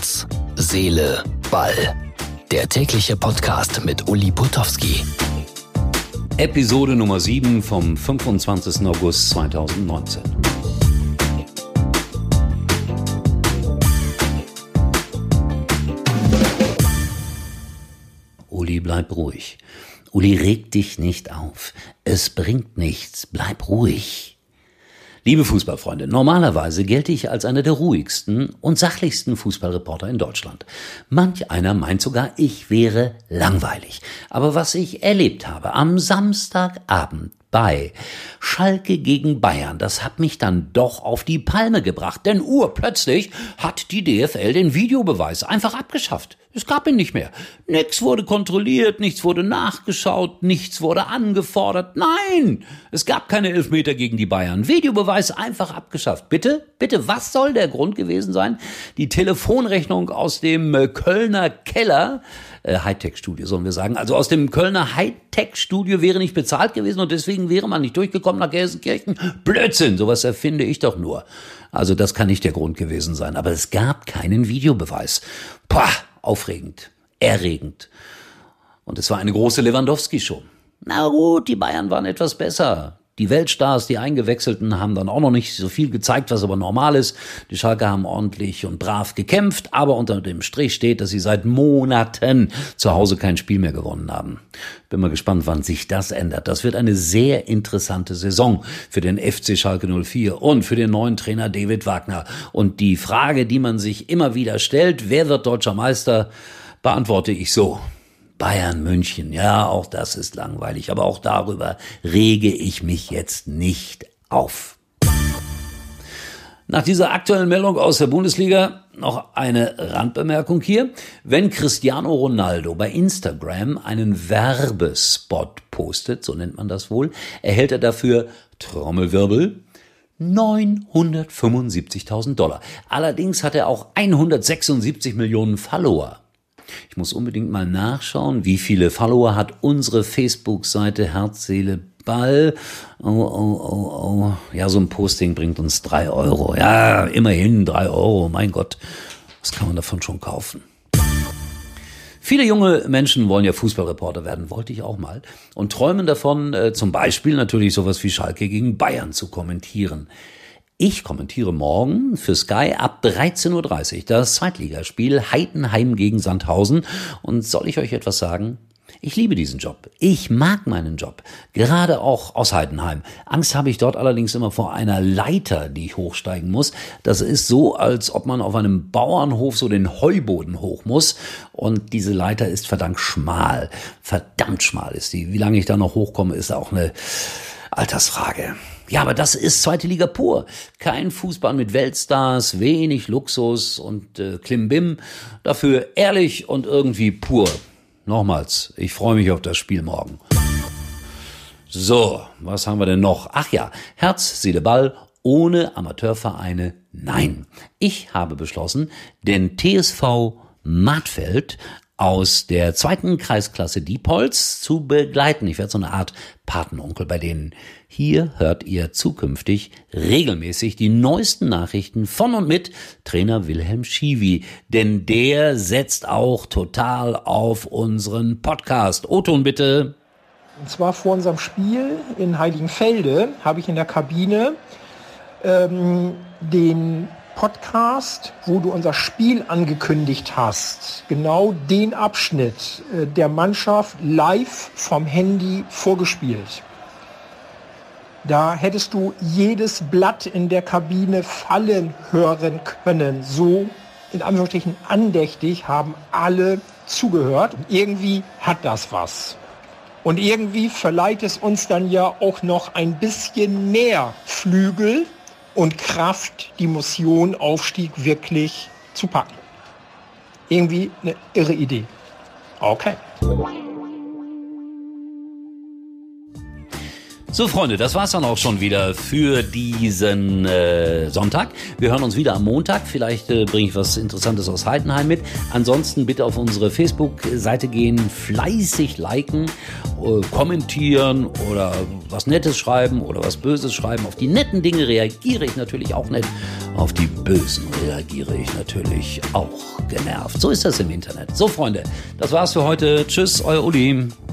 Herz, Seele, Ball. Der tägliche Podcast mit Uli Putowski. Episode Nummer 7 vom 25. August 2019. Uli, bleib ruhig. Uli, reg dich nicht auf. Es bringt nichts. Bleib ruhig. Liebe Fußballfreunde, normalerweise gelte ich als einer der ruhigsten und sachlichsten Fußballreporter in Deutschland. Manch einer meint sogar, ich wäre langweilig. Aber was ich erlebt habe am Samstagabend bei Schalke gegen Bayern, das hat mich dann doch auf die Palme gebracht. Denn urplötzlich hat die DFL den Videobeweis einfach abgeschafft. Es gab ihn nicht mehr. Nichts wurde kontrolliert, nichts wurde nachgeschaut, nichts wurde angefordert. Nein, es gab keine Elfmeter gegen die Bayern. Videobeweis einfach abgeschafft. Bitte, was soll der Grund gewesen sein? Die Telefonrechnung aus dem Kölner Keller, Hightech-Studio sollen wir sagen, also aus dem Kölner Hightech-Studio wäre nicht bezahlt gewesen und deswegen wäre man nicht durchgekommen nach Gelsenkirchen. Blödsinn, sowas erfinde ich doch nur. Also das kann nicht der Grund gewesen sein, aber es gab keinen Videobeweis. Pah, aufregend, erregend. Und es war eine große Lewandowski-Show. Na gut, die Bayern waren etwas besser. Die Weltstars, die Eingewechselten, haben dann auch noch nicht so viel gezeigt, was aber normal ist. Die Schalker haben ordentlich und brav gekämpft, aber unter dem Strich steht, dass sie seit Monaten zu Hause kein Spiel mehr gewonnen haben. Bin mal gespannt, wann sich das ändert. Das wird eine sehr interessante Saison für den FC Schalke 04 und für den neuen Trainer David Wagner. Und die Frage, die man sich immer wieder stellt, wer wird deutscher Meister, beantworte ich so: Bayern München, ja, auch das ist langweilig, aber auch darüber rege ich mich jetzt nicht auf. Nach dieser aktuellen Meldung aus der Bundesliga noch eine Randbemerkung hier. Wenn Cristiano Ronaldo bei Instagram einen Werbespot postet, so nennt man das wohl, erhält er dafür, Trommelwirbel, $975.000. Allerdings hat er auch 176 Millionen Follower. Ich muss unbedingt mal nachschauen, wie viele Follower hat unsere Facebook-Seite Herz, Seele, Ball. Oh. Ja, so ein Posting bringt uns 3 Euro. Ja, immerhin 3 Euro. Mein Gott, was kann man davon schon kaufen? Viele junge Menschen wollen ja Fußballreporter werden, wollte ich auch mal, und träumen davon, zum Beispiel natürlich sowas wie Schalke gegen Bayern zu kommentieren. Ich kommentiere morgen für Sky ab 13.30 Uhr das Zweitligaspiel Heidenheim gegen Sandhausen. Und soll ich euch etwas sagen? Ich liebe diesen Job. Ich mag meinen Job. Gerade auch aus Heidenheim. Angst habe ich dort allerdings immer vor einer Leiter, die ich hochsteigen muss. Das ist so, als ob man auf einem Bauernhof so den Heuboden hoch muss. Und diese Leiter ist verdammt schmal. Verdammt schmal ist die. Wie lange ich da noch hochkomme, ist auch eine Altersfrage. Ja, aber das ist zweite Liga pur. Kein Fußball mit Weltstars, wenig Luxus und Klimbim. Dafür ehrlich und irgendwie pur. Nochmals, ich freue mich auf das Spiel morgen. So, was haben wir denn noch? Ach ja, Herz, Seele, Ball, ohne Amateurvereine, nein. Ich habe beschlossen, den TSV Mattfeld aus der 2. Kreisklasse Diepholz zu begleiten. Ich werde so eine Art Patenonkel bei denen. Hier hört ihr zukünftig regelmäßig die neuesten Nachrichten von und mit Trainer Wilhelm Schiwi, denn der setzt auch total auf unseren Podcast. O-Ton bitte. Und zwar vor unserem Spiel in Heiligenfelde habe ich in der Kabine den Podcast, wo du unser Spiel angekündigt hast, genau den Abschnitt der Mannschaft live vom Handy vorgespielt. Da hättest du jedes Blatt in der Kabine fallen hören können. So, in Anführungsstrichen, andächtig haben alle zugehört. Und irgendwie hat das was. Und irgendwie verleiht es uns dann ja auch noch ein bisschen mehr Flügel und Kraft, die Mission Aufstieg wirklich zu packen. Irgendwie eine irre Idee. Okay. So Freunde, das war's dann auch schon wieder für diesen Sonntag. Wir hören uns wieder am Montag. Vielleicht bringe ich was Interessantes aus Heidenheim mit. Ansonsten bitte auf unsere Facebook-Seite gehen, fleißig liken, kommentieren oder was Nettes schreiben oder was Böses schreiben. Auf die netten Dinge reagiere ich natürlich auch nett. Auf die Bösen reagiere ich natürlich auch genervt. So ist das im Internet. So, Freunde, das war's für heute. Tschüss, euer Uli.